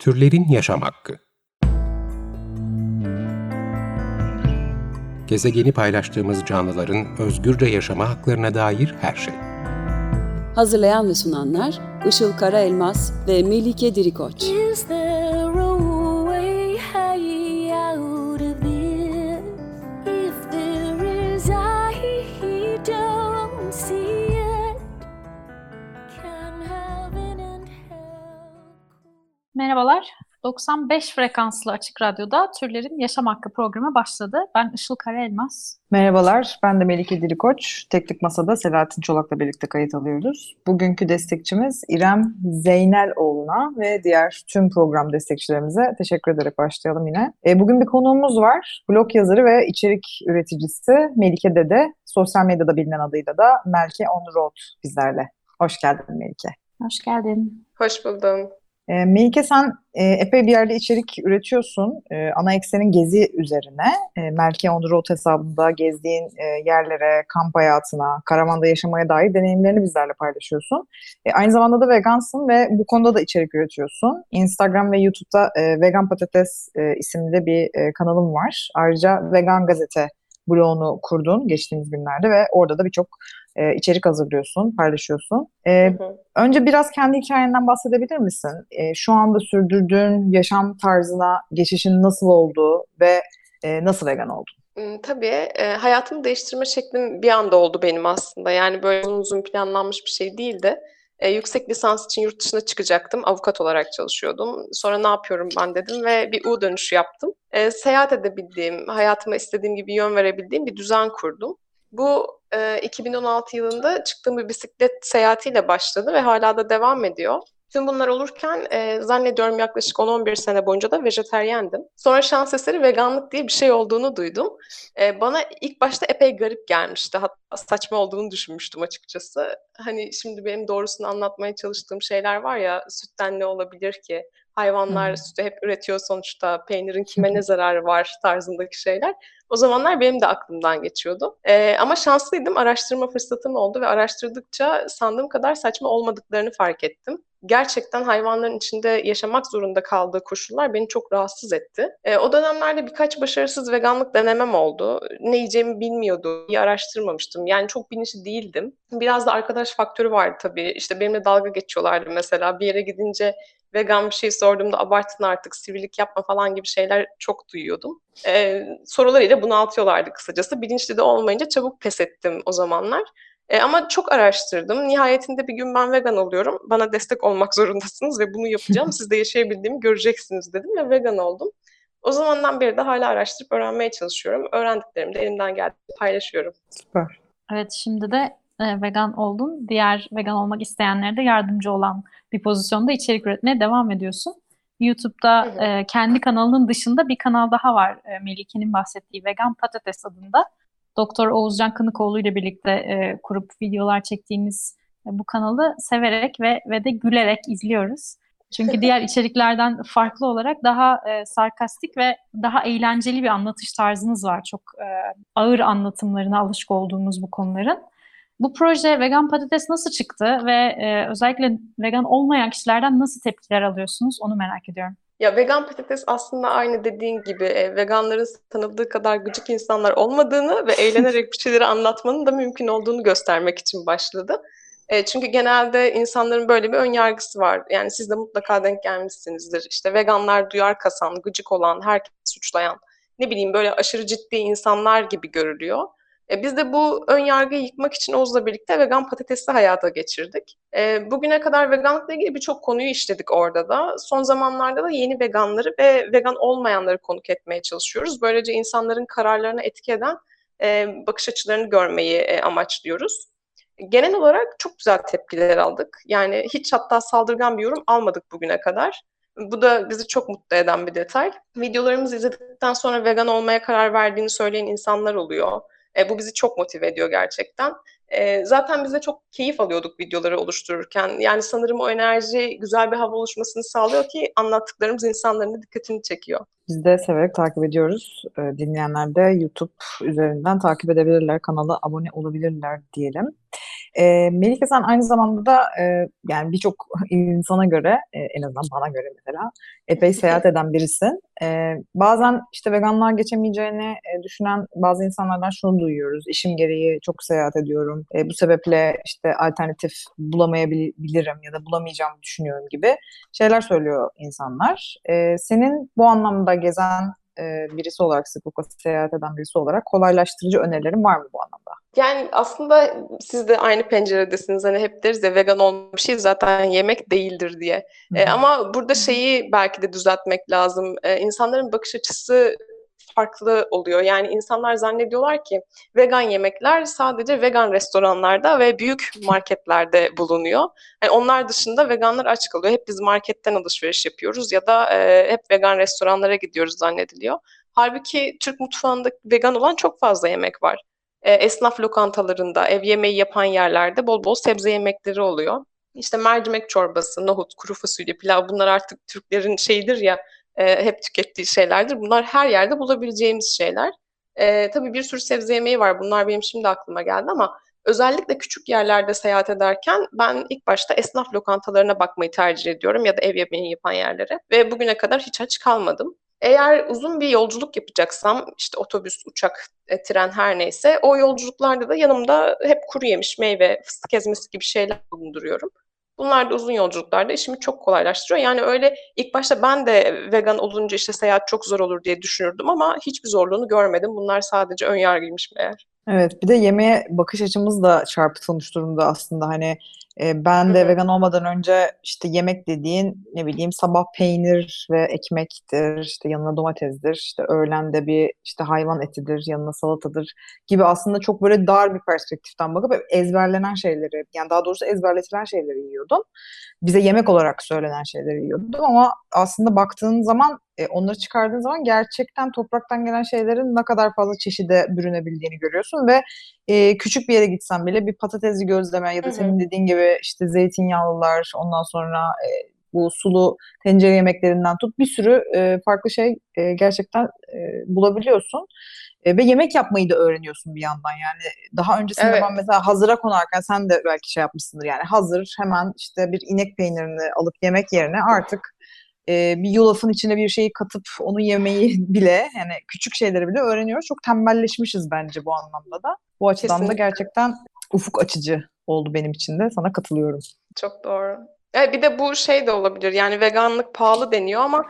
Türlerin yaşam hakkı. Gezegeni paylaştığımız canlıların özgürce yaşama haklarına dair her şey. Hazırlayan ve sunanlar Işıl Karaelmaz ve Melike Dirikoç. Merhabalar, 95 frekanslı Açık Radyo'da Türlerin Yaşam Hakkı programı başladı. Ben Işıl Karaelmaz. Merhabalar, ben de Melike Dirikoç. Teknik Masa'da Selahattin Çolak'la birlikte kayıt alıyoruz. Bugünkü destekçimiz İrem Zeyneloğlu'na ve diğer tüm program destekçilerimize teşekkür ederek başlayalım yine. Bugün bir konuğumuz var. Blog yazarı ve içerik üreticisi Melike Dede. Sosyal medyada bilinen adıyla da Melike on the Road bizlerle. Hoş geldin Melike. Hoş geldin. Hoş buldum. Melike sen epey bir yerde içerik üretiyorsun. Ana eksenin gezi üzerine. Melike on the Road hesabında gezdiğin yerlere, kamp hayatına, karavanda yaşamaya dair deneyimlerini bizlerle paylaşıyorsun. Aynı zamanda da vegansın ve bu konuda da içerik üretiyorsun. Instagram ve YouTube'da Vegan Patates isimli bir kanalın var. Ayrıca Vegan Gazete blogunu kurdun geçtiğimiz günlerde ve orada da birçok içerik hazırlıyorsun, paylaşıyorsun. Önce biraz kendi hikayenden bahsedebilir misin? Şu anda sürdürdüğün yaşam tarzına geçişin nasıl oldu ve nasıl vegan oldun? Tabii. Hayatımı değiştirme şeklim bir anda oldu benim aslında. Yani böyle uzun planlanmış bir şey değildi. Yüksek lisans için yurt dışına çıkacaktım. Avukat olarak çalışıyordum. Sonra ne yapıyorum ben dedim ve bir U dönüşü yaptım. Seyahat edebildiğim, hayatıma istediğim gibi yön verebildiğim bir düzen kurdum. Bu 2016 yılında çıktığım bir bisiklet seyahatiyle başladı ve hala da devam ediyor. Tüm bunlar olurken zannediyorum yaklaşık 10-11 sene boyunca da vejetaryendim. Sonra şans eseri veganlık diye bir şey olduğunu duydum. Bana ilk başta epey garip gelmişti. Hatta saçma olduğunu düşünmüştüm açıkçası. Hani şimdi benim doğrusunu anlatmaya çalıştığım şeyler var ya, sütten ne olabilir ki? Hayvanlar sütü hep üretiyor sonuçta, peynirin kime ne zararı var tarzındaki şeyler. O zamanlar benim de aklımdan geçiyordu. Ama şanslıydım, araştırma fırsatım oldu ve araştırdıkça sandığım kadar saçma olmadıklarını fark ettim. Gerçekten hayvanların içinde yaşamak zorunda kaldığı koşullar beni çok rahatsız etti. O dönemlerde birkaç başarısız veganlık denemem oldu. Ne yiyeceğimi bilmiyordum, iyi araştırmamıştım. Yani çok bilinçli değildim. Biraz da arkadaş faktörü vardı tabii. İşte benimle dalga geçiyorlardı mesela. Bir yere gidince vegan bir şey sorduğumda abartın artık, sivrilik yapma falan gibi şeyler çok duyuyordum. Sorularıyla bunaltıyorlardı kısacası. Bilinçli de olmayınca çabuk pes ettim o zamanlar. Ama çok araştırdım. Nihayetinde bir gün ben vegan oluyorum. Bana destek olmak zorundasınız ve bunu yapacağım. Siz de yaşayabildiğimi göreceksiniz dedim ve vegan oldum. O zamandan beri de hala araştırıp öğrenmeye çalışıyorum. Öğrendiklerimi de elimden geldiğince paylaşıyorum. Süper. Evet, şimdi de vegan oldun. Diğer vegan olmak isteyenlere de yardımcı olan bir pozisyonda içerik üretmeye devam ediyorsun. YouTube'da kendi kanalının dışında bir kanal daha var. Melike'nin bahsettiği Vegan Patates adında. Doktor Oğuzcan Kınıkoğlu ile birlikte kurup videolar çektiğimiz bu kanalı severek ve de gülerek izliyoruz. Çünkü diğer içeriklerden farklı olarak daha sarkastik ve daha eğlenceli bir anlatış tarzınız var. Çok ağır anlatımlarına alışık olduğumuz bu konuların. Bu proje Vegan Patates nasıl çıktı ve özellikle vegan olmayan kişilerden nasıl tepkiler alıyorsunuz, onu merak ediyorum. Ya Vegan Patates aslında aynı dediğin gibi veganların tanıdığı kadar gıcık insanlar olmadığını ve eğlenerek bir şeyleri anlatmanın da mümkün olduğunu göstermek için başladı. Çünkü genelde insanların böyle bir ön yargısı var. Yani siz de mutlaka denk gelmişsinizdir. İşte veganlar duyar kasan, gıcık olan, herkesi suçlayan, ne bileyim böyle aşırı ciddi insanlar gibi görülüyor. Biz de bu ön yargıyı yıkmak için Oğuz'la birlikte Vegan Patates'i hayata geçirdik. Bugüne kadar veganlıkla ilgili birçok konuyu işledik orada da. Son zamanlarda da yeni veganları ve vegan olmayanları konuk etmeye çalışıyoruz. Böylece insanların kararlarına etki eden bakış açılarını görmeyi amaçlıyoruz. Genel olarak çok güzel tepkiler aldık. Yani hiç hatta saldırgan bir yorum almadık bugüne kadar. Bu da bizi çok mutlu eden bir detay. Videolarımızı izledikten sonra vegan olmaya karar verdiğini söyleyen insanlar oluyor. Bu bizi çok motive ediyor gerçekten. Zaten biz de çok keyif alıyorduk videoları oluştururken. Yani sanırım o enerji güzel bir hava oluşmasını sağlıyor ki anlattıklarımız insanların da dikkatini çekiyor. Biz de severek takip ediyoruz. Dinleyenler de YouTube üzerinden takip edebilirler, kanala abone olabilirler diyelim. Melike, sen aynı zamanda da yani birçok insana göre, en azından bana göre mesela epey seyahat eden birisin. Bazen işte veganlığa geçemeyeceğini düşünen bazı insanlardan şunu duyuyoruz: İşim gereği çok seyahat ediyorum. Bu sebeple işte alternatif bulamayabilirim ya da bulamayacağımı düşünüyorum gibi şeyler söylüyor insanlar. Senin bu anlamda gezen birisi olarak, sıklıkla seyahat eden birisi olarak kolaylaştırıcı önerilerin var mı bu anlamda? Yani aslında siz de aynı penceredesiniz. Hani hep deriz ya, vegan olmayan bir şey zaten yemek değildir diye. Hı hı. Ama burada şeyi belki de düzeltmek lazım. İnsanların bakış açısı farklı oluyor. Yani insanlar zannediyorlar ki vegan yemekler sadece vegan restoranlarda ve büyük marketlerde bulunuyor. Yani onlar dışında veganlar aç kalıyor. Hep biz marketten alışveriş yapıyoruz ya da hep vegan restoranlara gidiyoruz zannediliyor. Halbuki Türk mutfağında vegan olan çok fazla yemek var. Esnaf lokantalarında, ev yemeği yapan yerlerde bol bol sebze yemekleri oluyor. İşte mercimek çorbası, nohut, kuru fasulye, pilav, bunlar artık Türklerin şeyidir ya, hep tükettiği şeylerdir. Bunlar her yerde bulabileceğimiz şeyler. Tabii bir sürü sebze yemeği var. Bunlar benim şimdi aklıma geldi ama özellikle küçük yerlerde seyahat ederken ben ilk başta esnaf lokantalarına bakmayı tercih ediyorum ya da ev yemeği yapan yerlere. Ve bugüne kadar hiç aç kalmadım. Eğer uzun bir yolculuk yapacaksam, işte otobüs, uçak, tren, her neyse, o yolculuklarda da yanımda hep kuru yemiş, meyve, fıstık ezmesi gibi şeyler bulunduruyorum. Bunlar da uzun yolculuklarda işimi çok kolaylaştırıyor. Yani öyle ilk başta ben de vegan olunca işte seyahat çok zor olur diye düşünürdüm ama hiçbir zorluğunu görmedim. Bunlar sadece ön yargıymış meğer. Evet, bir de yemeğe bakış açımız da çarpıtılmış durumda aslında. Hani ben Hı de hı. vegan olmadan önce işte yemek dediğin, ne bileyim, sabah peynir ve ekmektir, işte yanına domatesdir, işte öğlen de bir işte hayvan etidir, yanına salatadır gibi aslında çok böyle dar bir perspektiften bakıp ezberlenen şeyleri, yani daha doğrusu ezberletilen şeyleri yiyordum. Bize yemek olarak söylenen şeyleri yiyordum ama aslında baktığın zaman, onları çıkardığın zaman gerçekten topraktan gelen şeylerin ne kadar fazla çeşide bürünebildiğini görüyorsun ve küçük bir yere gitsen bile bir patatesli gözleme ya Hı da hı. senin dediğin gibi işte zeytinyağlılar, ondan sonra bu sulu tencere yemeklerinden tut, bir sürü farklı şey gerçekten bulabiliyorsun. Ve yemek yapmayı da öğreniyorsun bir yandan. Yani daha öncesinde ben Evet. mesela hazıra konarken, sen de belki şey yapmışsındır, yani hazır hemen işte bir inek peynirini alıp yemek yerine artık bir yulafın içine bir şeyi katıp onu yemeyi bile, yani küçük şeyleri bile öğreniyoruz. Çok tembelleşmişiz bence bu anlamda da. Bu açıdan da Kesinlikle. gerçekten ufuk açıcı oldu benim için de. Sana katılıyorum. Çok doğru. Bir de bu şey de olabilir. Yani veganlık pahalı deniyor ama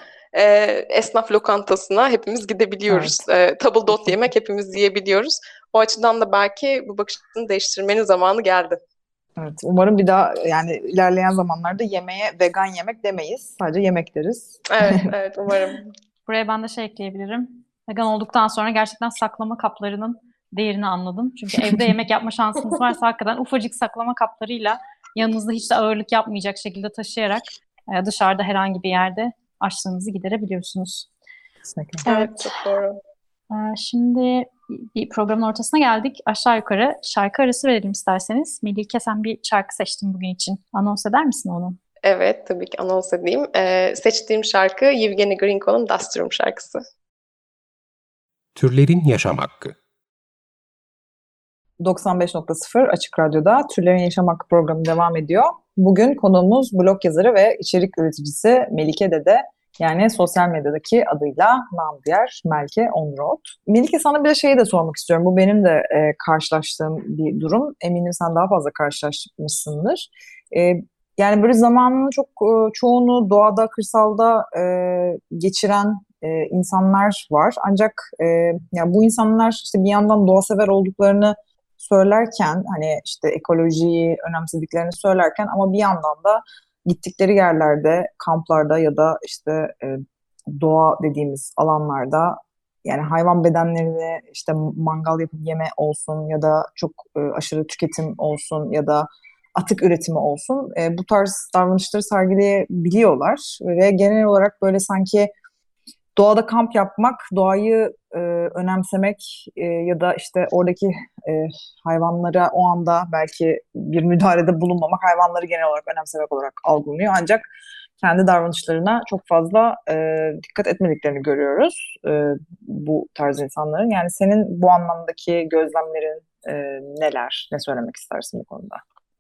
esnaf lokantasına hepimiz gidebiliyoruz. Evet. Tabldot Kesinlikle. yemek hepimiz yiyebiliyoruz. O açıdan da belki bu bakış açısını değiştirmenin zamanı geldi. Evet. Umarım bir daha, yani ilerleyen zamanlarda yemeğe vegan yemek demeyiz. Sadece yemek deriz. Evet, evet, umarım. Buraya ben de şey ekleyebilirim. Vegan olduktan sonra gerçekten saklama kaplarının değerini anladım. Çünkü evde yemek yapma şansınız varsa hakikaten ufacık saklama kaplarıyla yanınızda hiç de ağırlık yapmayacak şekilde taşıyarak dışarıda herhangi bir yerde açlığınızı giderebiliyorsunuz. Kesinlikle. Evet, Evet, çok doğru. şimdi bir programın ortasına geldik. Aşağı yukarı şarkı arası verelim isterseniz. Melike, sen bir şarkı seçtin bugün için. Anons eder misin onu? Evet, tabii ki anons edeyim. Seçtiğim şarkı Yevgeny Grinko'nun Dust Room şarkısı. Türlerin yaşam hakkı. 95.0 Açık Radyo'da Türlerin Yaşam Hakkı programı devam ediyor. Bugün konuğumuz blog yazarı ve içerik üreticisi Melike Dede. Yani sosyal medyadaki adıyla namı diğer Melike Onroad. Melike, sana bir de şeyi de sormak istiyorum. Bu benim de karşılaştığım bir durum. Eminim sen daha fazla karşılaşmışsındır. E, Yani böyle zamanını çok çoğunu doğada, kırsalda geçiren insanlar var. Ancak ya bu insanlar işte bir yandan doğa sever olduklarını söylerken, hani işte ekolojiyi önemsediklerini söylerken, ama bir yandan da gittikleri yerlerde, kamplarda ya da işte doğa dediğimiz alanlarda, yani hayvan bedenlerini işte mangal yapıp yeme olsun ya da çok aşırı tüketim olsun ya da atık üretimi olsun, bu tarz davranışları sergileyebiliyorlar ve genel olarak böyle sanki doğada kamp yapmak, doğayı önemsemek ya da işte oradaki e, hayvanlara o anda belki bir müdahalede bulunmamak, hayvanları genel olarak önemsemek olarak algılanıyor. Ancak kendi davranışlarına çok fazla dikkat etmediklerini görüyoruz bu tarz insanların. Yani senin bu anlamdaki gözlemlerin neler? Ne söylemek istersin bu konuda?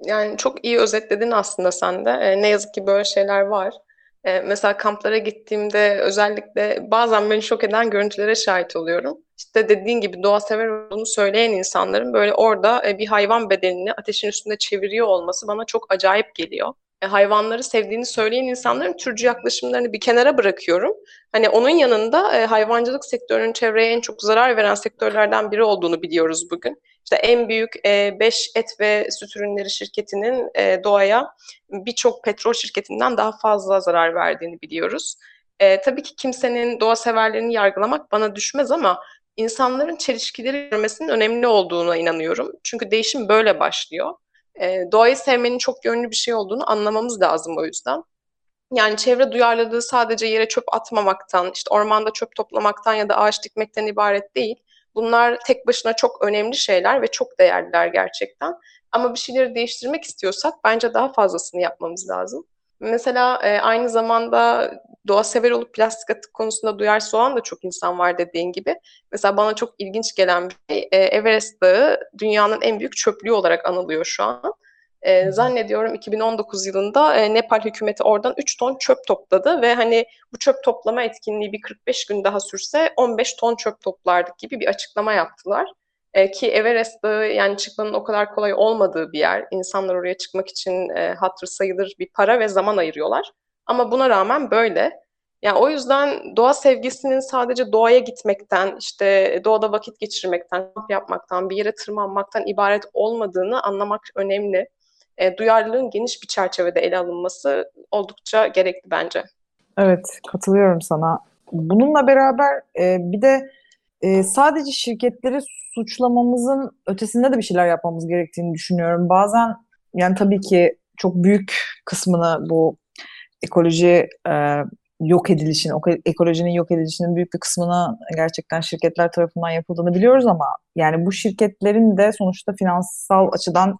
Yani çok iyi özetledin aslında sen de. Ne yazık ki böyle şeyler var. Mesela kamplara gittiğimde özellikle bazen beni şok eden görüntülere şahit oluyorum. İşte dediğin gibi doğa sever olduğunu söyleyen insanların böyle orada bir hayvan bedenini ateşin üstünde çeviriyor olması bana çok acayip geliyor. Hayvanları sevdiğini söyleyen insanların türcü yaklaşımlarını bir kenara bırakıyorum. Hani onun yanında hayvancılık sektörünün çevreye en çok zarar veren sektörlerden biri olduğunu biliyoruz bugün. İşte en büyük 5 et ve süt ürünleri şirketinin doğaya birçok petrol şirketinden daha fazla zarar verdiğini biliyoruz. Tabii ki kimsenin doğa severlerini yargılamak bana düşmez ama insanların çelişkileri görmesinin önemli olduğuna inanıyorum. Çünkü değişim böyle başlıyor. Doğayı sevmenin çok yönlü bir şey olduğunu anlamamız lazım o yüzden. Yani çevre duyarlılığı sadece yere çöp atmamaktan, işte ormanda çöp toplamaktan ya da ağaç dikmekten ibaret değil. Bunlar tek başına çok önemli şeyler ve çok değerliler gerçekten. Ama bir şeyleri değiştirmek istiyorsak bence daha fazlasını yapmamız lazım. Mesela aynı zamanda doğa sever olup plastik atık konusunda duyarsız olan da çok insan var dediğin gibi. Mesela bana çok ilginç gelen bir şey, Everest Dağı dünyanın en büyük çöplüğü olarak anılıyor şu an. Zannediyorum 2019 yılında Nepal hükümeti oradan 3 ton çöp topladı ve hani bu çöp toplama etkinliği bir 45 gün daha sürse 15 ton çöp toplardık gibi bir açıklama yaptılar. Ki Everest Dağı yani çıkmanın o kadar kolay olmadığı bir yer. İnsanlar oraya çıkmak için hatırı sayılır bir para ve zaman ayırıyorlar. Ama buna rağmen böyle. Yani o yüzden doğa sevgisinin sadece doğaya gitmekten, işte doğada vakit geçirmekten, kamp yapmaktan, bir yere tırmanmaktan ibaret olmadığını anlamak önemli. Duyarlılığın geniş bir çerçevede ele alınması oldukça gerekli bence. Evet, katılıyorum sana. Bununla beraber bir de sadece şirketleri suçlamamızın ötesinde de bir şeyler yapmamız gerektiğini düşünüyorum. Bazen yani tabii ki çok büyük kısmını bu ekoloji yok edilişinin, ekolojinin yok edilişinin büyük bir kısmını gerçekten şirketler tarafından yapıldığını biliyoruz ama yani bu şirketlerin de sonuçta finansal açıdan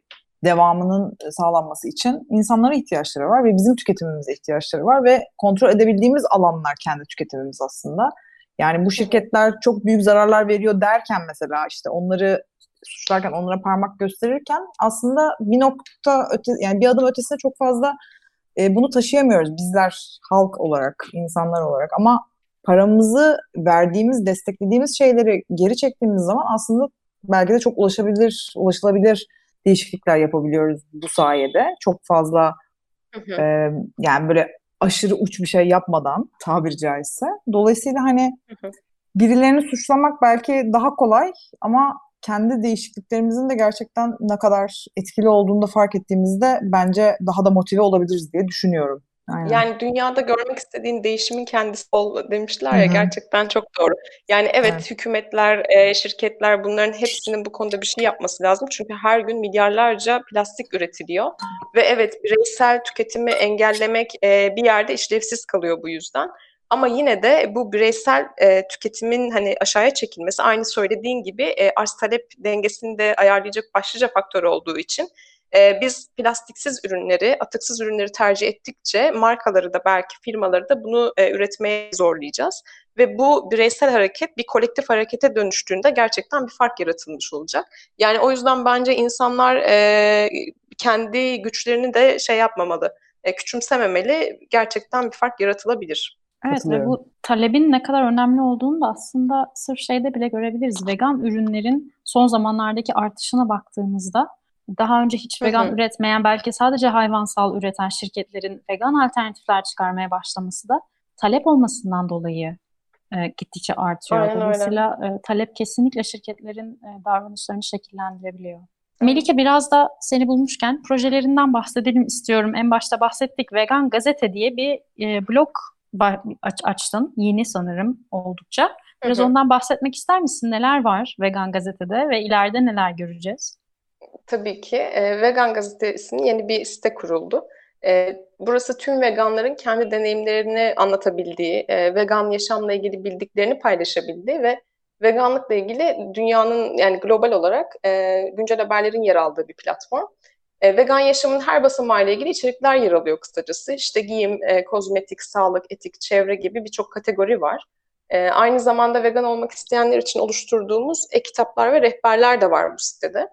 devamının sağlanması için insanlara ihtiyaçları var ve bizim tüketimimize ihtiyaçları var ve kontrol edebildiğimiz alanlar kendi tüketimimiz aslında. Yani bu şirketler çok büyük zararlar veriyor derken mesela işte onları suçlarken, onlara parmak gösterirken aslında bir nokta yani bir adım ötesine çok fazla bunu taşıyamıyoruz bizler halk olarak, insanlar olarak ama paramızı verdiğimiz, desteklediğimiz şeyleri geri çektiğimiz zaman aslında belki de çok ulaşılabilir değişiklikler yapabiliyoruz bu sayede. Çok fazla Hı e, hı. yani böyle aşırı uç bir şey yapmadan tabiri caizse. Dolayısıyla hani Hı hı. birilerini suçlamak belki daha kolay ama kendi değişikliklerimizin de gerçekten ne kadar etkili olduğunu da fark ettiğimizde bence daha da motive olabiliriz diye düşünüyorum. Aynen. Yani dünyada görmek istediğin değişimin kendisi ol Hı demişler ya hı. gerçekten çok doğru. Yani Evet. evet hükümetler, şirketler bunların hepsinin bu konuda bir şey yapması lazım. Çünkü her gün milyarlarca plastik üretiliyor ve evet bireysel tüketimi engellemek bir yerde işlevsiz kalıyor bu yüzden. Ama yine de bu bireysel tüketimin hani aşağıya çekilmesi aynı söylediğin gibi arz talep dengesini de ayarlayacak başlıca faktör olduğu için biz plastiksiz ürünleri, atıksız ürünleri tercih ettikçe markaları da belki firmaları da bunu üretmeye zorlayacağız. Ve bu bireysel hareket bir kolektif harekete dönüştüğünde gerçekten bir fark yaratılmış olacak. Yani o yüzden bence insanlar kendi güçlerini de şey yapmamalı, küçümsememeli. Gerçekten bir fark yaratılabilir. Evet ve Katılıyorum. bu talebin ne kadar önemli olduğunu da aslında sırf şeyde bile görebiliriz. Vegan ürünlerin son zamanlardaki artışına baktığımızda daha önce hiç Hı vegan hı. üretmeyen belki sadece hayvansal üreten şirketlerin vegan alternatifler çıkarmaya başlaması da talep olmasından dolayı gittikçe artıyor. Aynen öyle. Dolayısıyla talep kesinlikle şirketlerin davranışlarını şekillendirebiliyor. Evet. Melike biraz da seni bulmuşken projelerinden bahsedelim istiyorum. En başta bahsettik Vegan Gazete diye bir blog açtın. Yeni sanırım oldukça. Hı Biraz hı. ondan bahsetmek ister misin? Neler var Vegan Gazete'de ve ileride neler göreceğiz? Tabii ki. Vegan Gazetesi'nin yeni bir site kuruldu. Burası tüm veganların kendi deneyimlerini anlatabildiği, vegan yaşamla ilgili bildiklerini paylaşabildiği ve veganlıkla ilgili dünyanın yani global olarak güncel haberlerin yer aldığı bir platform. Vegan yaşamın her basamağıyla ilgili içerikler yer alıyor kısacası. İşte giyim, kozmetik, sağlık, etik, çevre gibi birçok kategori var. Aynı zamanda vegan olmak isteyenler için oluşturduğumuz e-kitaplar ve rehberler de var bu sitede.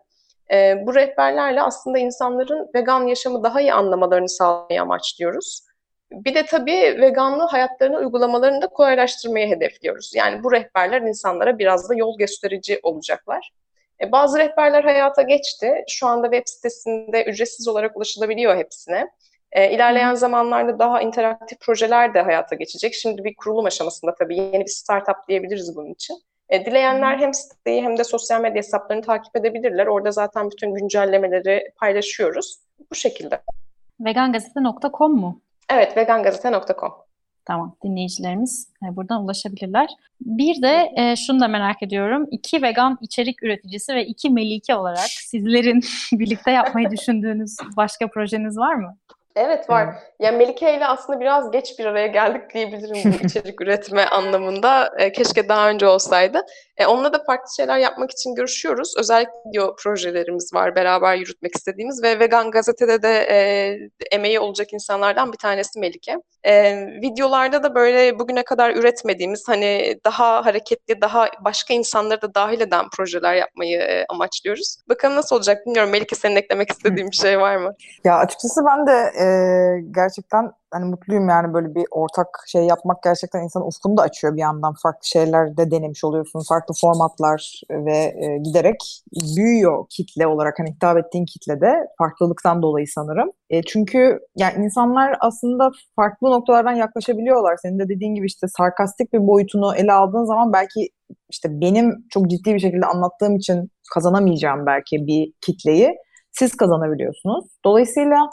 Bu rehberlerle aslında insanların vegan yaşamı daha iyi anlamalarını sağlamayı amaçlıyoruz. Bir de tabii veganlığı hayatlarına uygulamalarını da kolaylaştırmayı hedefliyoruz. Yani bu rehberler insanlara biraz da yol gösterici olacaklar. Bazı rehberler hayata geçti. Şu anda web sitesinde ücretsiz olarak ulaşılabiliyor hepsine. İlerleyen zamanlarda daha interaktif projeler de hayata geçecek. Şimdi bir kurulum aşamasında tabii yeni bir startup diyebiliriz bunun için. Dileyenler hem siteyi hem de sosyal medya hesaplarını takip edebilirler. Orada zaten bütün güncellemeleri paylaşıyoruz. Bu şekilde. Vegangazete.com mu? Evet, vegangazete.com. Tamam, dinleyicilerimiz buradan ulaşabilirler. Bir de şunu da merak ediyorum. 2 vegan içerik üreticisi ve 2 Melike olarak sizlerin birlikte yapmayı düşündüğünüz başka projeniz var mı? Evet var. Yani Melike ile aslında biraz geç bir araya geldik diyebilirim bu içerik üretme anlamında. Keşke daha önce olsaydı. Onunla da farklı şeyler yapmak için görüşüyoruz. Özellikle video projelerimiz var beraber yürütmek istediğimiz ve Vegan Gazete'de de emeği olacak insanlardan bir tanesi Melike. Videolarda da böyle bugüne kadar üretmediğimiz hani daha hareketli, daha başka insanları da dahil eden projeler yapmayı amaçlıyoruz. Bakalım nasıl olacak bilmiyorum. Melike, senin eklemek istediğin bir şey var mı? Ya açıkçası ben de gerçekten hani mutluyum, yani böyle bir ortak şey yapmak gerçekten insanın ufkunu da açıyor bir yandan. Farklı şeyler de denemiş oluyorsun, farklı formatlar ve giderek büyüyor kitle olarak, hani hitap ettiğin kitlede farklılıktan dolayı sanırım. Çünkü yani insanlar aslında farklı noktalardan yaklaşabiliyorlar. Senin de dediğin gibi işte sarkastik bir boyutunu ele aldığın zaman belki işte benim çok ciddi bir şekilde anlattığım için kazanamayacağım belki bir kitleyi siz kazanabiliyorsunuz. Dolayısıyla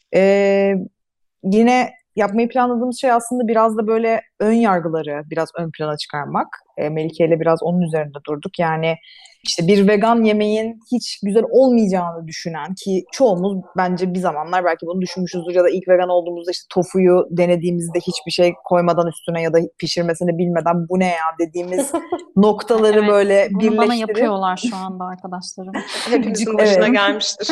yine yapmayı planladığımız şey aslında biraz da böyle ön yargıları biraz ön plana çıkarmak. Melike ile biraz onun üzerinde durduk. Yani işte bir vegan yemeğin hiç güzel olmayacağını düşünen, ki çoğumuz bence bir zamanlar belki bunu düşünmüşüzdür ya da ilk vegan olduğumuzda işte tofuyu denediğimizde hiçbir şey koymadan üstüne ya da pişirmesini bilmeden bu ne ya dediğimiz noktaları Evet, böyle bunu birleştirip bana yapıyorlar şu anda arkadaşlarım. Hepimizin başına gelmiştir.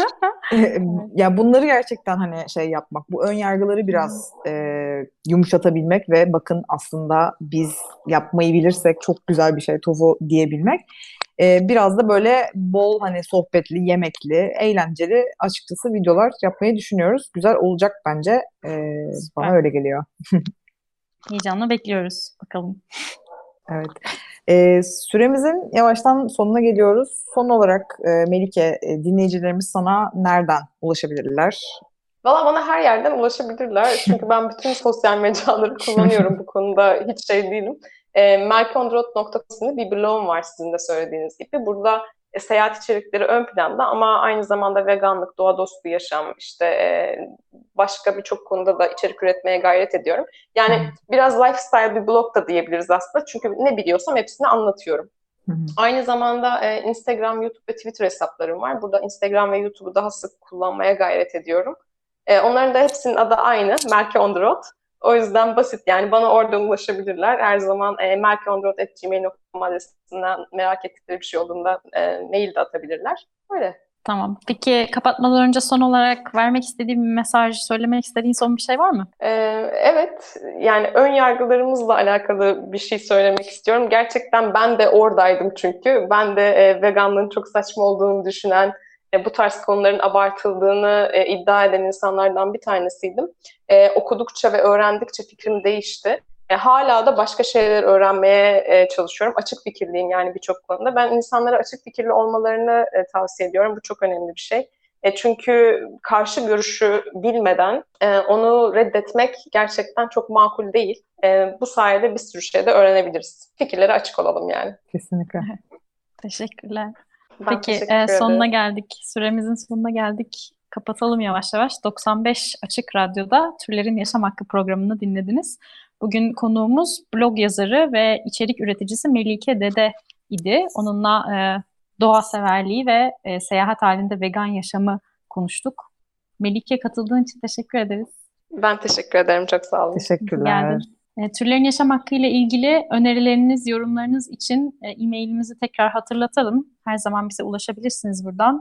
Ya bunları gerçekten hani şey yapmak, bu ön yargıları biraz yumuşatabilmek ve bakın aslında biz yapmayı bilirsek çok güzel bir şey tofu diyebilmek. Biraz da böyle bol hani sohbetli, yemekli, eğlenceli açıkçası videolar yapmayı düşünüyoruz. Güzel olacak bence. Bana öyle geliyor. Heyecanla bekliyoruz. Bakalım. Evet. Süremizin yavaştan sonuna geliyoruz. Son olarak Melike, dinleyicilerimiz sana nereden ulaşabilirler? Valla bana her yerden ulaşabilirler. Çünkü ben bütün sosyal mecraları kullanıyorum bu konuda. Hiç şey değilim. melkeondroat.com'da bir blogum var sizin de söylediğiniz gibi. Burada seyahat içerikleri ön planda ama aynı zamanda veganlık, doğa dostu yaşam, işte başka birçok konuda da içerik üretmeye gayret ediyorum. Yani biraz lifestyle bir blog da diyebiliriz aslında. Çünkü ne biliyorsam hepsini anlatıyorum. Aynı zamanda Instagram, YouTube ve Twitter hesaplarım var. Burada Instagram ve YouTube'u daha sık kullanmaya gayret ediyorum. Onların da hepsinin adı aynı, Melke on the Road. O yüzden basit, yani bana oradan ulaşabilirler. Her zaman melkeontheroad@gmail.com adresinden merak ettikleri bir şey olduğunda mail de atabilirler. Öyle. Tamam. Peki kapatmadan önce son olarak vermek istediğim bir mesaj, söylemek istediğin son bir şey var mı? Evet, yani ön yargılarımızla alakalı bir şey söylemek istiyorum. Gerçekten ben de oradaydım çünkü. Ben de veganlığın çok saçma olduğunu düşünen, bu tarz konuların abartıldığını iddia eden insanlardan bir tanesiydim. Okudukça ve öğrendikçe fikrim değişti. Hala da başka şeyler öğrenmeye çalışıyorum. Açık fikirliyim yani birçok konuda. Ben insanlara açık fikirli olmalarını tavsiye ediyorum. Bu çok önemli bir şey. Çünkü karşı görüşü bilmeden onu reddetmek gerçekten çok makul değil. Bu sayede bir sürü şey de öğrenebiliriz. Fikirlere açık olalım yani. Kesinlikle. Teşekkürler. Ben Peki teşekkür sonuna ederim. geldik. Süremizin sonuna geldik. Kapatalım yavaş yavaş. 95 Açık Radyo'da Türlerin Yaşam Hakkı programını dinlediniz. Bugün konuğumuz blog yazarı ve içerik üreticisi Melike Dede idi. Onunla doğa severliği ve seyahat halinde vegan yaşamı konuştuk. Melike, katıldığın için teşekkür ederiz. Ben teşekkür ederim. Çok sağ olun. Teşekkürler. Geldin. Türlerin Yaşam Hakkı ile ilgili önerileriniz, yorumlarınız için e-mailimizi tekrar hatırlatalım. Her zaman bize ulaşabilirsiniz buradan.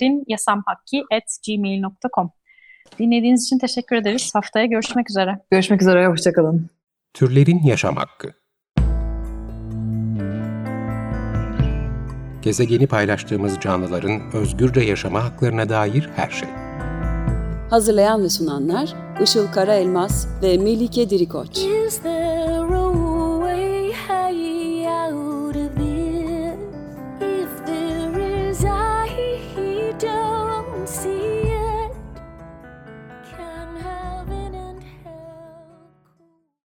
turlerinyasamhakki@gmail.com. Dinlediğiniz için teşekkür ederiz. Haftaya görüşmek üzere. Görüşmek üzere. Hoşçakalın. Türlerin Yaşam Hakkı. gezegeni paylaştığımız canlıların özgürce yaşama haklarına dair her şey. Hazırlayan ve sunanlar Işıl Karaelmaz ve Melike Dirikoç. Is there a way out of this?